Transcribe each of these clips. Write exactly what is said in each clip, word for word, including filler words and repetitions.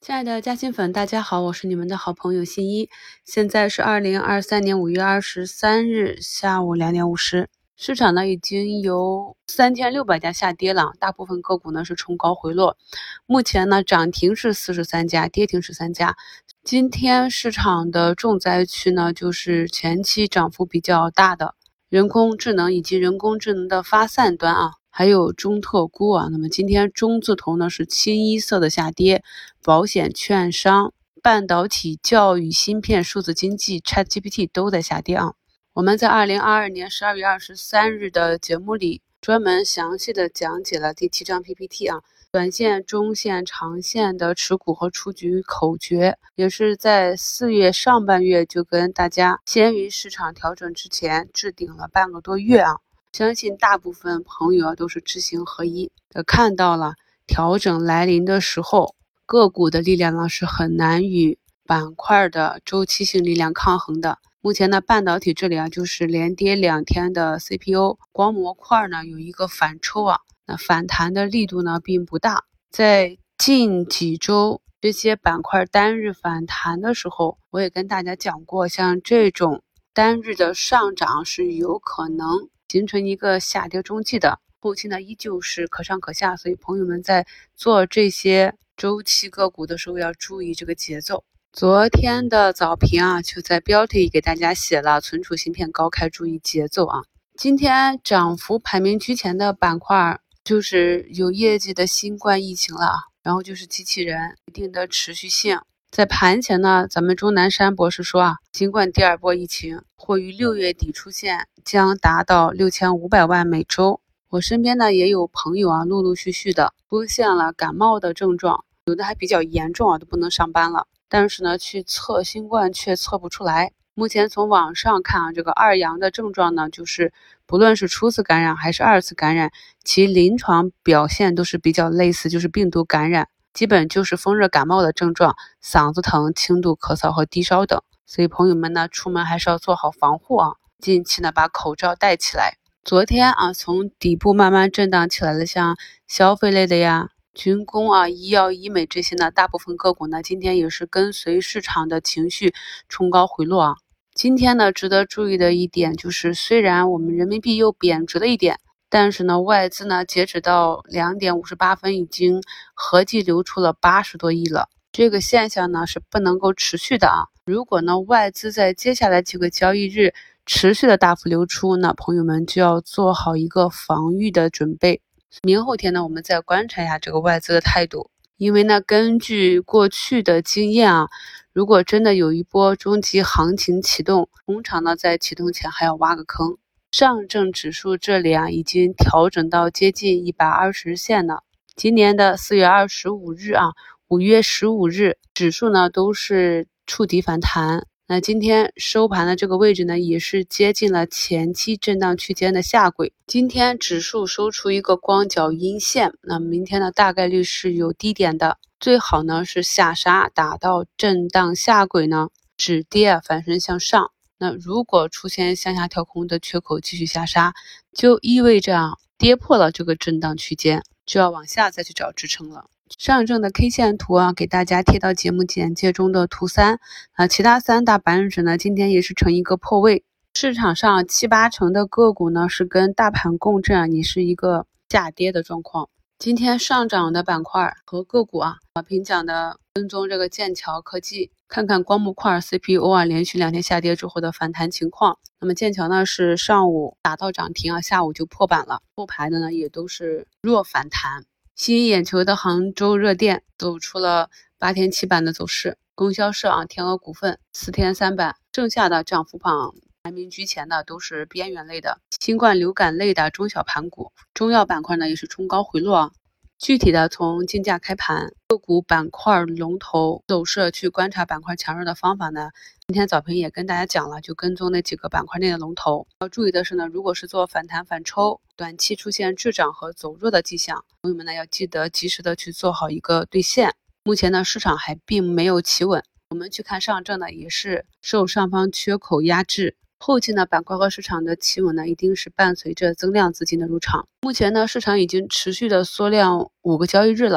亲爱的嘉兴粉，大家好，我是你们的好朋友新一。现在是二零二三年五月二十三日下午两点五十，市场呢已经有三千六百家下跌了，大部分个股呢是冲高回落。目前呢涨停是四十三家，跌停十三家。今天市场的重灾区呢就是前期涨幅比较大的人工智能以及人工智能的发散端啊。还有中特估啊，那么今天中字头呢是清一色的下跌，保险、券商、半导体、教育、芯片、数字经济、ChatGPT 都在下跌啊。我们在二零二二年十二月二十三日的节目里专门详细的讲解了第七章 P P T 啊，短线、中线、长线的持股和出局口诀，也是在四月上半月就跟大家先于市场调整之前置顶了半个多月啊。相信大部分朋友都是知行合一的，看到了调整来临的时候，个股的力量呢是很难与板块的周期性力量抗衡的。目前呢，半导体这里啊，就是连跌两天的 C P U 光模块呢有一个反抽啊，那反弹的力度呢并不大。在近几周这些板块单日反弹的时候，我也跟大家讲过，像这种单日的上涨是有可能形成一个下跌中继的，后期呢依旧是可上可下，所以朋友们在做这些周期个股的时候要注意这个节奏。昨天的早评啊，就在标题给大家写了存储芯片高开，注意节奏啊。今天涨幅排名居前的板块就是有业绩的新冠疫情了，然后就是机器人，一定的持续性。在盘前呢，咱们钟南山博士说啊，新冠第二波疫情或于六月底出现，将达到六千五百万每周。我身边呢也有朋友啊，陆陆续续的出现了感冒的症状，有的还比较严重啊，都不能上班了。但是呢，去测新冠却测不出来。目前从网上看啊，这个二阳的症状呢，就是不论是初次感染还是二次感染，其临床表现都是比较类似，就是病毒感染。基本就是风热感冒的症状，嗓子疼、轻度咳嗽和低烧等。所以朋友们呢，出门还是要做好防护啊。近期呢，把口罩戴起来。昨天啊，从底部慢慢震荡起来的，像消费类的呀、军工啊、医药、医美这些呢，大部分个股呢，今天也是跟随市场的情绪冲高回落啊。今天呢，值得注意的一点就是，虽然我们人民币又贬值了一点，但是呢，外资呢，截止到两点五十八分，已经合计流出了八十多亿了。这个现象呢是不能够持续的啊！如果呢外资在接下来几个交易日持续的大幅流出，那朋友们就要做好一个防御的准备。明后天呢，我们再观察一下这个外资的态度，因为呢，根据过去的经验啊，如果真的有一波中级行情启动，通常呢在启动前还要挖个坑。上证指数这里啊，已经调整到接近一百二十线了。今年的四月二十五日啊，五月十五日指数呢都是触底反弹。那今天收盘的这个位置呢，也是接近了前期震荡区间的下轨。今天指数收出一个光脚阴线，那明天呢大概率是有低点的，最好呢是下杀打到震荡下轨呢，止跌反身向上。那如果出现向下跳空的缺口继续下杀，就意味着啊跌破了这个震荡区间，就要往下再去找支撑了。上证的 K 线图啊，给大家贴到节目简介中的图三啊，其他三大板指呢，今天也是呈一个破位。市场上七八成的个股呢是跟大盘共振啊，你是一个下跌的状况。今天上涨的板块和个股啊，平讲的跟踪这个剑桥科技，看看光模块 C P U 啊连续两天下跌之后的反弹情况。那么剑桥呢是上午打到涨停啊，下午就破板了，后排的呢也都是弱反弹。吸引眼球的杭州热电走出了八天七板的走势，供销社啊、天鹅股份四天三板，剩下的涨幅榜排名居前的都是边缘类的、新冠流感类的中小盘股，中药板块呢也是冲高回落啊。具体的从竞价开盘、个股板块龙头走势去观察板块强弱的方法呢，今天早评也跟大家讲了，就跟踪那几个板块内的龙头。要注意的是呢，如果是做反弹反抽，短期出现滞涨和走弱的迹象，朋友们呢要记得及时的去做好一个兑现。目前呢市场还并没有企稳，我们去看上证呢也是受上方缺口压制。后期呢，板块和市场的企稳呢，一定是伴随着增量资金的入场。目前呢，市场已经持续的缩量五个交易日了，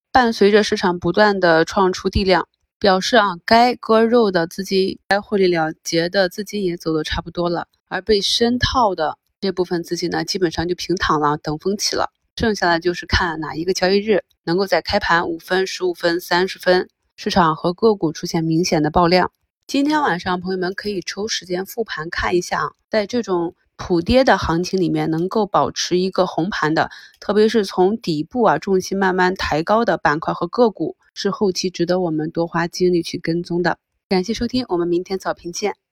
伴随着市场不断的创出地量，表示啊该割肉的资金，该获利了结的资金也走得差不多了，而被深套的这部分资金呢，基本上就平躺了，等风起了。剩下的就是看哪一个交易日能够在开盘五分、十五分、三十分，市场和个股出现明显的爆量。今天晚上朋友们可以抽时间复盘看一下啊，在这种普跌的行情里面，能够保持一个红盘的，特别是从底部啊重心慢慢抬高的板块和个股，是后期值得我们多花精力去跟踪的。感谢收听，我们明天早评见。